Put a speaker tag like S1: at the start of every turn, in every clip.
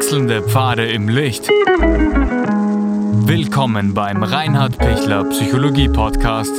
S1: Wechselnde Pfade im Licht. Willkommen beim Reinhard Pichler Psychologie Podcast.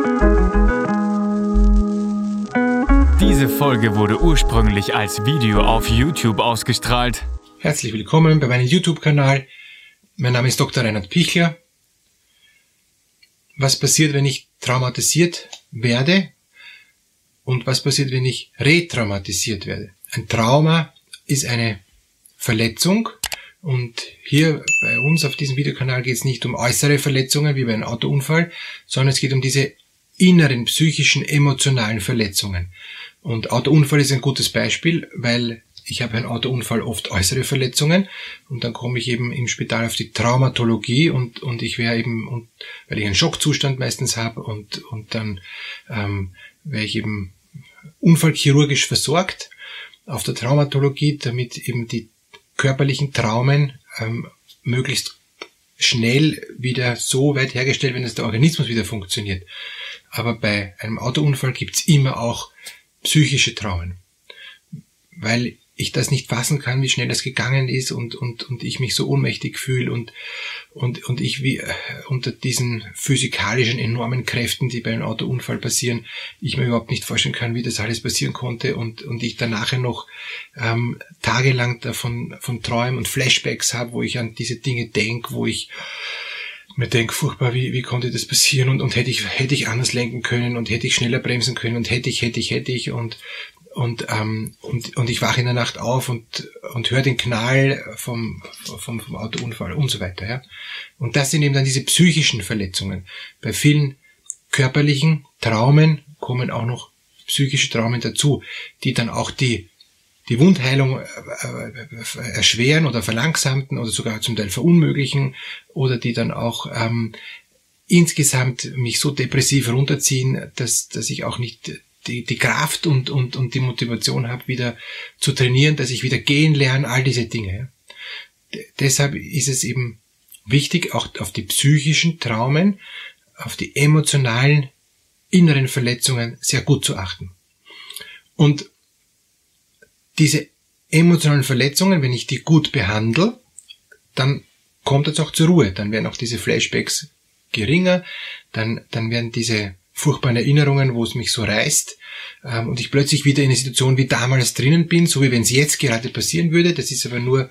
S1: Diese Folge wurde ursprünglich als Video auf YouTube ausgestrahlt.
S2: Herzlich willkommen bei meinem YouTube-Kanal. Mein Name ist Dr. Reinhard Pichler. Was passiert, wenn ich traumatisiert werde? Und was passiert, wenn ich retraumatisiert werde? Ein Trauma ist eine Verletzung. Und hier bei uns auf diesem Videokanal geht es nicht um äußere Verletzungen wie bei einem Autounfall, sondern es geht um diese inneren, psychischen, emotionalen Verletzungen. Und Autounfall ist ein gutes Beispiel, weil ich habe einen Autounfall oft äußere Verletzungen und dann komme ich eben im Spital auf die Traumatologie und ich wäre eben, weil ich einen Schockzustand meistens habe und dann wäre ich eben unfallchirurgisch versorgt auf der Traumatologie, damit eben die körperlichen Traumen möglichst schnell wieder so weit hergestellt werden, dass der Organismus wieder funktioniert. Aber bei einem Autounfall gibt's immer auch psychische Traumen, weil ich das nicht fassen kann, wie schnell das gegangen ist und ich mich so ohnmächtig fühle und ich wie unter diesen physikalischen enormen Kräften, die bei einem Autounfall passieren, ich mir überhaupt nicht vorstellen kann, wie das alles passieren konnte und ich danach noch tagelang davon träume und Flashbacks habe, wo ich an diese Dinge denke, wo ich mir denke, furchtbar, wie konnte das passieren und hätte ich anders lenken können und hätte ich schneller bremsen können und hätte ich und ich wache in der Nacht auf und höre den Knall vom Autounfall und so weiter, ja. Und das sind eben dann diese psychischen Verletzungen. Bei vielen körperlichen Traumen kommen auch noch psychische Traumen dazu, die dann auch die Wundheilung erschweren oder verlangsamten oder sogar zum Teil verunmöglichen oder die dann auch insgesamt mich so depressiv runterziehen, dass ich auch nicht die Kraft und die Motivation habe, wieder zu trainieren, dass ich wieder gehen lerne, all diese Dinge. Deshalb ist es eben wichtig, auch auf die psychischen Traumen, auf die emotionalen, inneren Verletzungen sehr gut zu achten. Und diese emotionalen Verletzungen, wenn ich die gut behandle, dann kommt es auch zur Ruhe. Dann werden auch diese Flashbacks geringer, dann werden diese furchtbaren Erinnerungen, wo es mich so reißt und ich plötzlich wieder in eine Situation wie damals drinnen bin, so wie wenn es jetzt gerade passieren würde. Das ist aber nur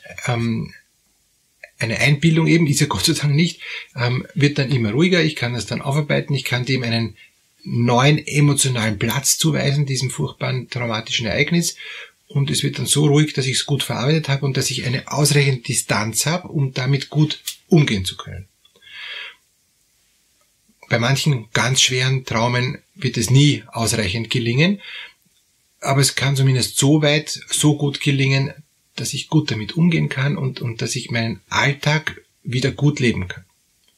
S2: eine Einbildung eben, ist ja Gott sei Dank nicht, wird dann immer ruhiger, ich kann das dann aufarbeiten, ich kann dem einen neuen emotionalen Platz zuweisen, diesem furchtbaren traumatischen Ereignis, und es wird dann so ruhig, dass ich es gut verarbeitet habe und dass ich eine ausreichende Distanz habe, um damit gut umgehen zu können. Bei manchen ganz schweren Traumen wird es nie ausreichend gelingen, aber es kann zumindest so weit, so gut gelingen, dass ich gut damit umgehen kann und dass ich meinen Alltag wieder gut leben kann.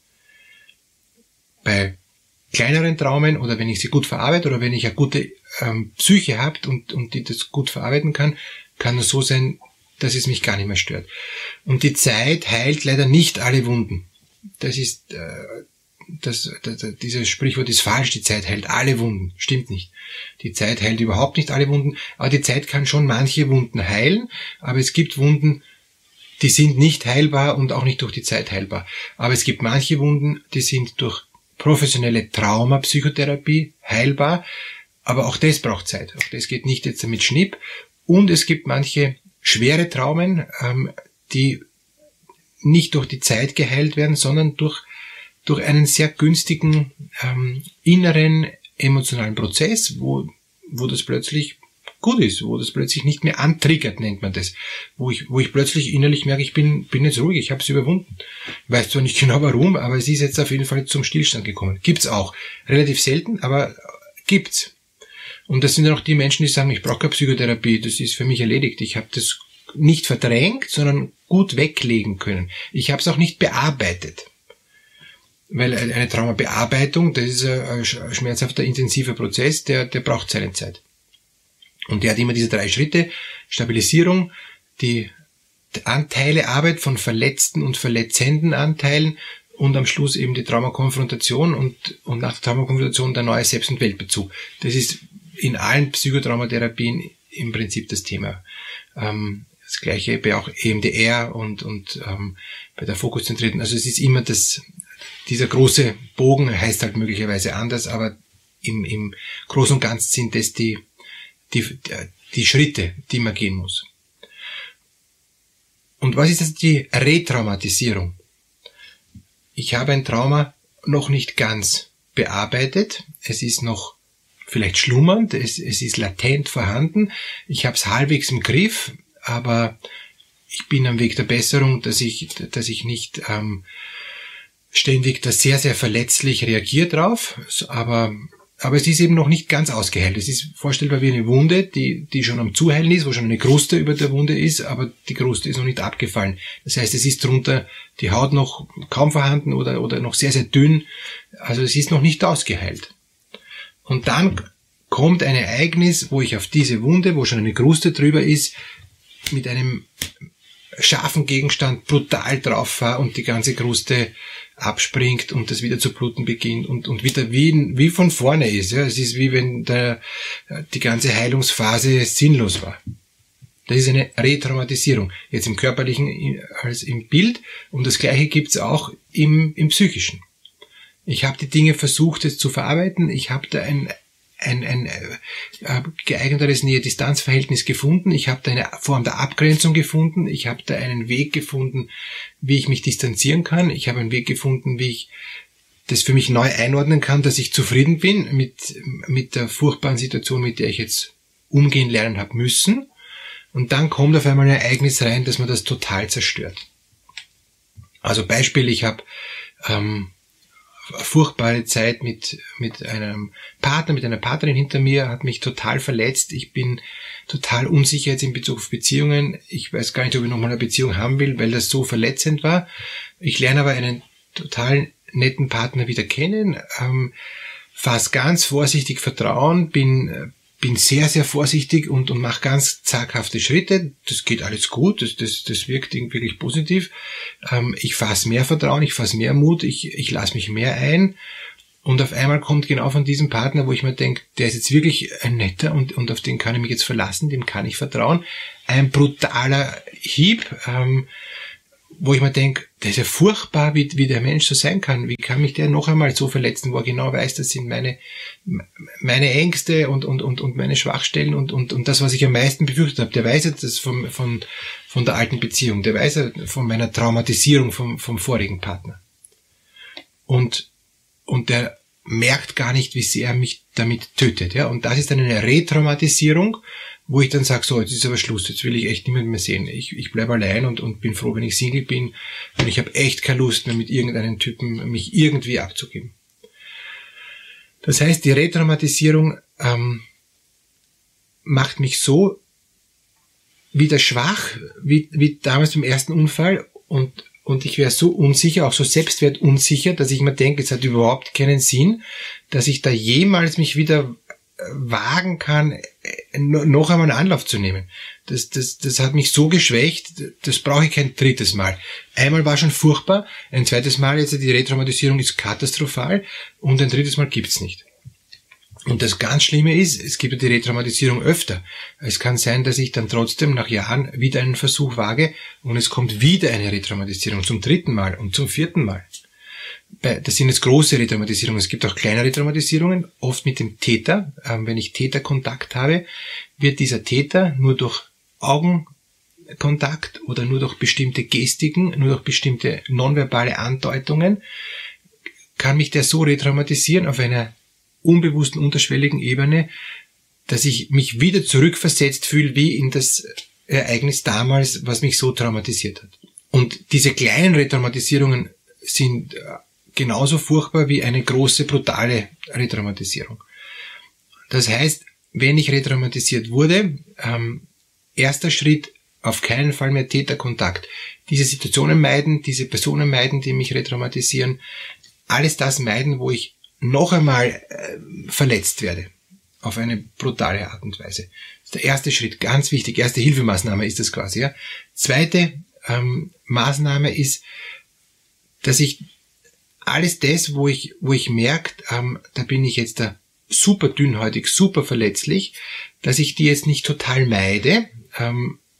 S2: Bei kleineren Traumen oder wenn ich sie gut verarbeite oder wenn ich eine gute Psyche habe und die das gut verarbeiten kann es so sein, dass es mich gar nicht mehr stört. Und die Zeit heilt leider nicht alle Wunden. Das ist dieses Sprichwort ist falsch, die Zeit heilt alle Wunden. Stimmt nicht. Die Zeit heilt überhaupt nicht alle Wunden, aber die Zeit kann schon manche Wunden heilen, aber es gibt Wunden, die sind nicht heilbar und auch nicht durch die Zeit heilbar. Aber es gibt manche Wunden, die sind durch professionelle Traumapsychotherapie heilbar, aber auch das braucht Zeit. Auch das geht nicht jetzt mit Schnipp. Und es gibt manche schwere Traumen, die nicht durch die Zeit geheilt werden, sondern durch einen sehr günstigen inneren emotionalen Prozess, wo das plötzlich gut ist, wo das plötzlich nicht mehr antriggert, nennt man das, wo ich plötzlich innerlich merke, ich bin jetzt ruhig, ich habe es überwunden. Ich weiß zwar nicht genau warum, aber es ist jetzt auf jeden Fall zum Stillstand gekommen. Gibt's auch. Relativ selten, aber gibt's. Und das sind ja auch die Menschen, die sagen, ich brauche keine Psychotherapie, das ist für mich erledigt. Ich habe das nicht verdrängt, sondern gut weglegen können. Ich habe es auch nicht bearbeitet. Weil eine Traumabearbeitung, das ist ein schmerzhafter, intensiver Prozess, der braucht seine Zeit. Und der hat immer diese 3 Schritte: Stabilisierung, die Anteile, Arbeit von verletzten und verletzenden Anteilen und am Schluss eben die Traumakonfrontation und nach der Traumakonfrontation der neue Selbst- und Weltbezug. Das ist in allen Psychotraumatherapien im Prinzip das Thema. Das gleiche bei auch EMDR und bei der Fokuszentrierten. Also es ist immer dieser große Bogen heißt halt möglicherweise anders, aber im Großen und Ganzen sind das die Schritte, die man gehen muss. Und was ist das, die Retraumatisierung? Ich habe ein Trauma noch nicht ganz bearbeitet. Es ist noch vielleicht schlummernd, es ist latent vorhanden. Ich habe es halbwegs im Griff, aber ich bin am Weg der Besserung, dass ich nicht ständig da sehr, sehr verletzlich reagiere drauf. Aber es ist eben noch nicht ganz ausgeheilt. Es ist vorstellbar wie eine Wunde, die schon am Zuheilen ist, wo schon eine Kruste über der Wunde ist, aber die Kruste ist noch nicht abgefallen. Das heißt, es ist drunter die Haut noch kaum vorhanden oder noch sehr, sehr dünn. Also es ist noch nicht ausgeheilt. Und dann kommt ein Ereignis, wo ich auf diese Wunde, wo schon eine Kruste drüber ist, mit einem scharfen Gegenstand brutal drauf fahre und die ganze Kruste abspringt und das wieder zu bluten beginnt und wieder wie von vorne ist. Ja, es ist wie wenn die ganze Heilungsphase sinnlos war. Das ist eine Retraumatisierung. Jetzt im Körperlichen als im Bild, und das Gleiche gibt's auch im Psychischen. Ich habe die Dinge versucht, es zu verarbeiten. Ich habe da ein geeigneteres Nähe-Distanz-Verhältnis gefunden. Ich habe da eine Form der Abgrenzung gefunden. Ich habe da einen Weg gefunden, wie ich mich distanzieren kann. Ich habe einen Weg gefunden, wie ich das für mich neu einordnen kann, dass ich zufrieden bin mit der furchtbaren Situation, mit der ich jetzt umgehen lernen habe müssen. Und dann kommt auf einmal ein Ereignis rein, dass man das total zerstört. Also Beispiel, ich habe furchtbare Zeit mit einem Partner, mit einer Partnerin hinter mir, hat mich total verletzt. Ich bin total unsicher jetzt in Bezug auf Beziehungen. Ich weiß gar nicht, ob ich nochmal eine Beziehung haben will, weil das so verletzend war. Ich lerne aber einen total netten Partner wieder kennen, fasse ganz vorsichtig Vertrauen, bin sehr, sehr vorsichtig und mache ganz zaghafte Schritte. Das geht alles gut, das wirkt wirklich positiv. Ich fasse mehr Vertrauen, ich fasse mehr Mut, ich lasse mich mehr ein. Und auf einmal kommt genau von diesem Partner, wo ich mir denke, der ist jetzt wirklich ein netter und auf den kann ich mich jetzt verlassen, dem kann ich vertrauen. Ein brutaler Hieb, wo ich mir denke, das ist ja furchtbar, wie der Mensch so sein kann. Wie kann mich der noch einmal so verletzen, wo er genau weiß, das sind meine Ängste und meine Schwachstellen und das, was ich am meisten befürchtet habe. Der weiß jetzt das von der alten Beziehung. Der weiß ja von meiner Traumatisierung vom vorigen Partner. Und der merkt gar nicht, wie sehr er mich damit tötet. Ja? Und das ist dann eine Retraumatisierung, wo ich dann sage, so, jetzt ist aber Schluss, jetzt will ich echt niemanden mehr sehen. Ich bleibe allein und bin froh, wenn ich Single bin. Und ich habe echt keine Lust mehr, mit irgendeinem Typen mich irgendwie abzugeben. Das heißt, die Retraumatisierung macht mich so wieder schwach, wie damals beim ersten Unfall. Und ich wäre so unsicher, auch so selbstwertunsicher, dass ich mir denke, es hat überhaupt keinen Sinn, dass ich da jemals mich wieder wagen kann, noch einmal einen Anlauf zu nehmen. Das hat mich so geschwächt, das brauche ich kein drittes Mal. Einmal war schon furchtbar, ein zweites Mal, jetzt die Retraumatisierung ist katastrophal und ein drittes Mal gibt's nicht. Und das ganz Schlimme ist, es gibt ja die Retraumatisierung öfter. Es kann sein, dass ich dann trotzdem nach Jahren wieder einen Versuch wage und es kommt wieder eine Retraumatisierung zum dritten Mal und zum vierten Mal. Das sind jetzt große Retraumatisierungen. Es gibt auch kleine Retraumatisierungen, oft mit dem Täter. Wenn ich Täterkontakt habe, wird dieser Täter nur durch Augenkontakt oder nur durch bestimmte Gestiken, nur durch bestimmte nonverbale Andeutungen, kann mich der so retraumatisieren auf einer unbewussten, unterschwelligen Ebene, dass ich mich wieder zurückversetzt fühle, wie in das Ereignis damals, was mich so traumatisiert hat. Und diese kleinen Retraumatisierungen sind genauso furchtbar wie eine große, brutale Retraumatisierung. Das heißt, wenn ich retraumatisiert wurde, erster Schritt, auf keinen Fall mehr Täterkontakt. Diese Situationen meiden, diese Personen meiden, die mich retraumatisieren. Alles das meiden, wo ich noch einmal verletzt werde. Auf eine brutale Art und Weise. Das ist der erste Schritt, ganz wichtig. Erste Hilfemaßnahme ist das quasi. Ja. Zweite Maßnahme ist, dass ich alles das, wo ich merke, da bin ich jetzt da super dünnhäutig, super verletzlich, dass ich die jetzt nicht total meide,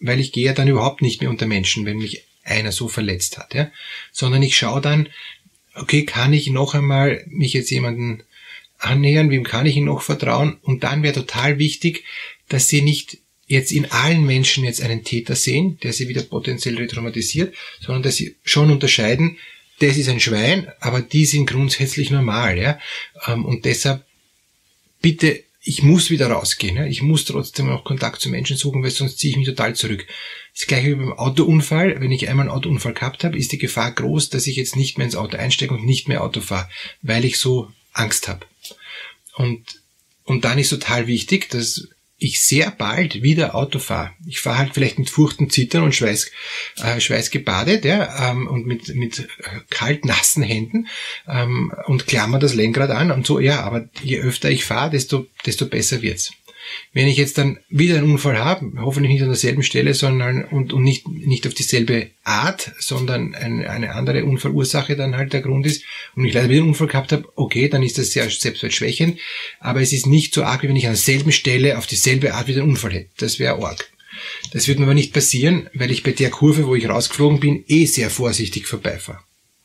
S2: weil ich gehe ja dann überhaupt nicht mehr unter Menschen, wenn mich einer so verletzt hat, ja, sondern ich schaue dann, okay, kann ich noch einmal mich jetzt jemanden annähern, wem kann ich ihn noch vertrauen? Und dann wäre total wichtig, dass Sie nicht jetzt in allen Menschen jetzt einen Täter sehen, der Sie wieder potenziell retraumatisiert, sondern dass Sie schon unterscheiden, das ist ein Schwein, aber die sind grundsätzlich normal, ja. Und deshalb bitte, ich muss wieder rausgehen, ja. Ich muss trotzdem noch Kontakt zu Menschen suchen, weil sonst ziehe ich mich total zurück. Das gleiche wie beim Autounfall. Wenn ich einmal einen Autounfall gehabt habe, ist die Gefahr groß, dass ich jetzt nicht mehr ins Auto einsteige und nicht mehr Auto fahre, weil ich so Angst habe. Und dann ist total wichtig, dass ich sehr bald wieder Auto fahre. Ich fahre halt vielleicht mit Furchten, Zittern und Schweiß gebadet, ja, und mit kalt nassen Händen und klammer das Lenkrad an und so, ja, aber je öfter ich fahre, desto besser wird's. Wenn ich jetzt dann wieder einen Unfall habe, hoffentlich nicht an derselben Stelle, sondern und nicht auf dieselbe Art, sondern eine andere Unfallursache dann halt der Grund ist und ich leider wieder einen Unfall gehabt habe, okay, dann ist das sehr selbstwertschwächend, aber es ist nicht so arg, wie wenn ich an derselben Stelle auf dieselbe Art wieder einen Unfall hätte. Das wäre arg. Das wird mir aber nicht passieren, weil ich bei der Kurve, wo ich rausgeflogen bin, sehr vorsichtig vorbeifahre.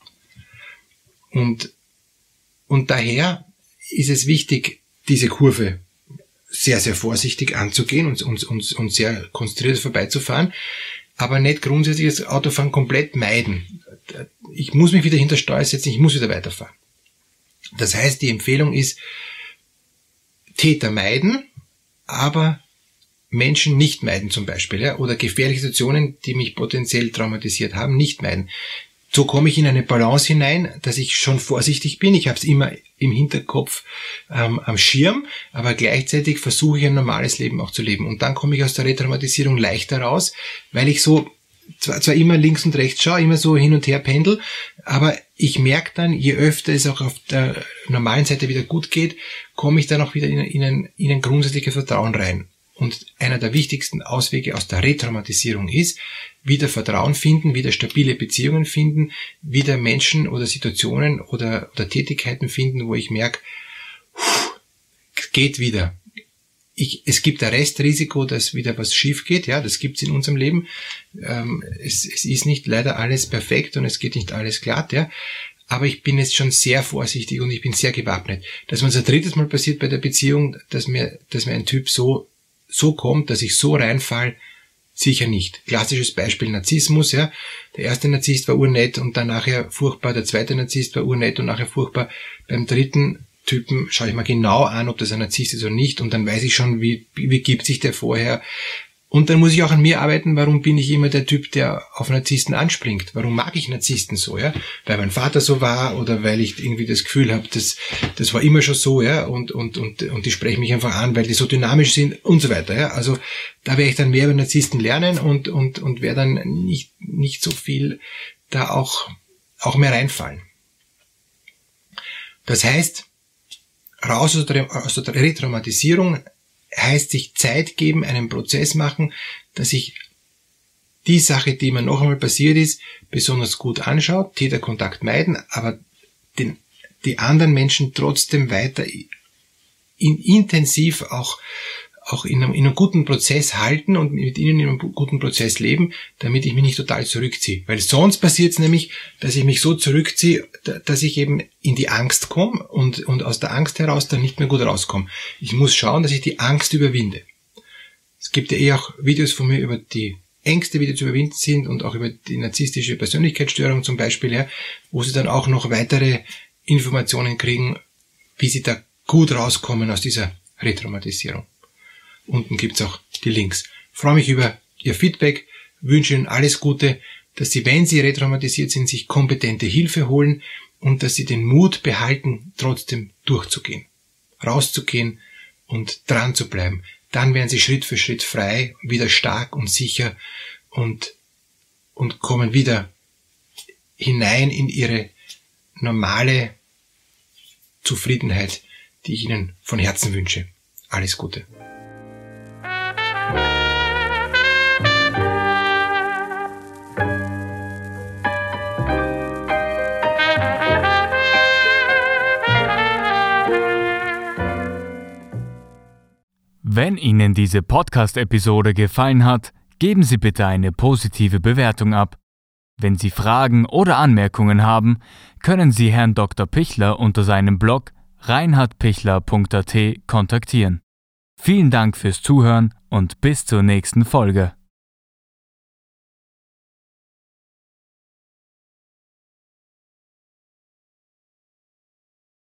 S2: Und daher ist es wichtig, diese Kurve sehr, sehr vorsichtig anzugehen und sehr konzentriert vorbeizufahren, aber nicht grundsätzlich das Autofahren komplett meiden. Ich muss mich wieder hinter Steuer setzen, ich muss wieder weiterfahren. Das heißt, die Empfehlung ist, Täter meiden, aber Menschen nicht meiden zum Beispiel, ja, oder gefährliche Situationen, die mich potenziell traumatisiert haben, nicht meiden. So komme ich in eine Balance hinein, dass ich schon vorsichtig bin. Ich habe es immer im Hinterkopf am Schirm, aber gleichzeitig versuche ich ein normales Leben auch zu leben. Und dann komme ich aus der Retraumatisierung leichter raus, weil ich so zwar immer links und rechts schaue, immer so hin und her pendel, aber ich merke dann, je öfter es auch auf der normalen Seite wieder gut geht, komme ich dann auch wieder in ein grundsätzliches Vertrauen rein. Und einer der wichtigsten Auswege aus der Retraumatisierung ist, wieder Vertrauen finden, wieder stabile Beziehungen finden, wieder Menschen oder Situationen oder Tätigkeiten finden, wo ich merke, es geht wieder. Es gibt ein Restrisiko, dass wieder was schief geht, ja, das gibt's in unserem Leben. Es ist nicht leider alles perfekt und es geht nicht alles glatt, ja. Aber ich bin jetzt schon sehr vorsichtig und ich bin sehr gewappnet. Dass mir das ein drittes Mal passiert bei der Beziehung, dass mir ein Typ so kommt, dass ich so reinfall, sicher nicht. Klassisches Beispiel Narzissmus, ja. Der erste Narzisst war urnett und dann nachher furchtbar, der zweite Narzisst war urnett und nachher furchtbar. Beim dritten Typen schaue ich mal genau an, ob das ein Narzisst ist oder nicht und dann weiß ich schon, wie gibt sich der vorher. Und dann muss ich auch an mir arbeiten, warum bin ich immer der Typ, der auf Narzissten anspringt? Warum mag ich Narzissten so, ja? Weil mein Vater so war oder weil ich irgendwie das Gefühl habe, das war immer schon so, ja? Und die sprechen mich einfach an, weil die so dynamisch sind und so weiter, ja? Also da werde ich dann mehr über Narzissten lernen und werde dann nicht so viel da auch mehr reinfallen. Das heißt, raus aus der Retraumatisierung heißt sich Zeit geben, einen Prozess machen, dass ich die Sache, die mir noch einmal passiert ist, besonders gut anschaut, Täterkontakt meiden, aber die anderen Menschen trotzdem weiter intensiv auch in einem guten Prozess halten und mit ihnen in einem guten Prozess leben, damit ich mich nicht total zurückziehe. Weil sonst passiert es nämlich, dass ich mich so zurückziehe, dass ich eben in die Angst komme und aus der Angst heraus dann nicht mehr gut rauskomme. Ich muss schauen, dass ich die Angst überwinde. Es gibt ja auch Videos von mir über die Ängste, wie die zu überwinden sind und auch über die narzisstische Persönlichkeitsstörung zum Beispiel, ja, wo sie dann auch noch weitere Informationen kriegen, wie sie da gut rauskommen aus dieser Retraumatisierung. Unten gibt's auch die Links. Ich freue mich über Ihr Feedback, wünsche Ihnen alles Gute, dass Sie, wenn Sie retraumatisiert sind, sich kompetente Hilfe holen und dass Sie den Mut behalten, trotzdem durchzugehen, rauszugehen und dran zu bleiben. Dann werden Sie Schritt für Schritt frei, wieder stark und sicher und kommen wieder hinein in Ihre normale Zufriedenheit, die ich Ihnen von Herzen wünsche. Alles Gute.
S1: Wenn Ihnen diese Podcast-Episode gefallen hat, Geben Sie bitte eine positive Bewertung ab. Wenn Sie Fragen oder Anmerkungen haben, können Sie Herrn Dr. Pichler unter seinem Blog reinhardpichler.at kontaktieren. Vielen Dank fürs Zuhören und bis zur nächsten Folge.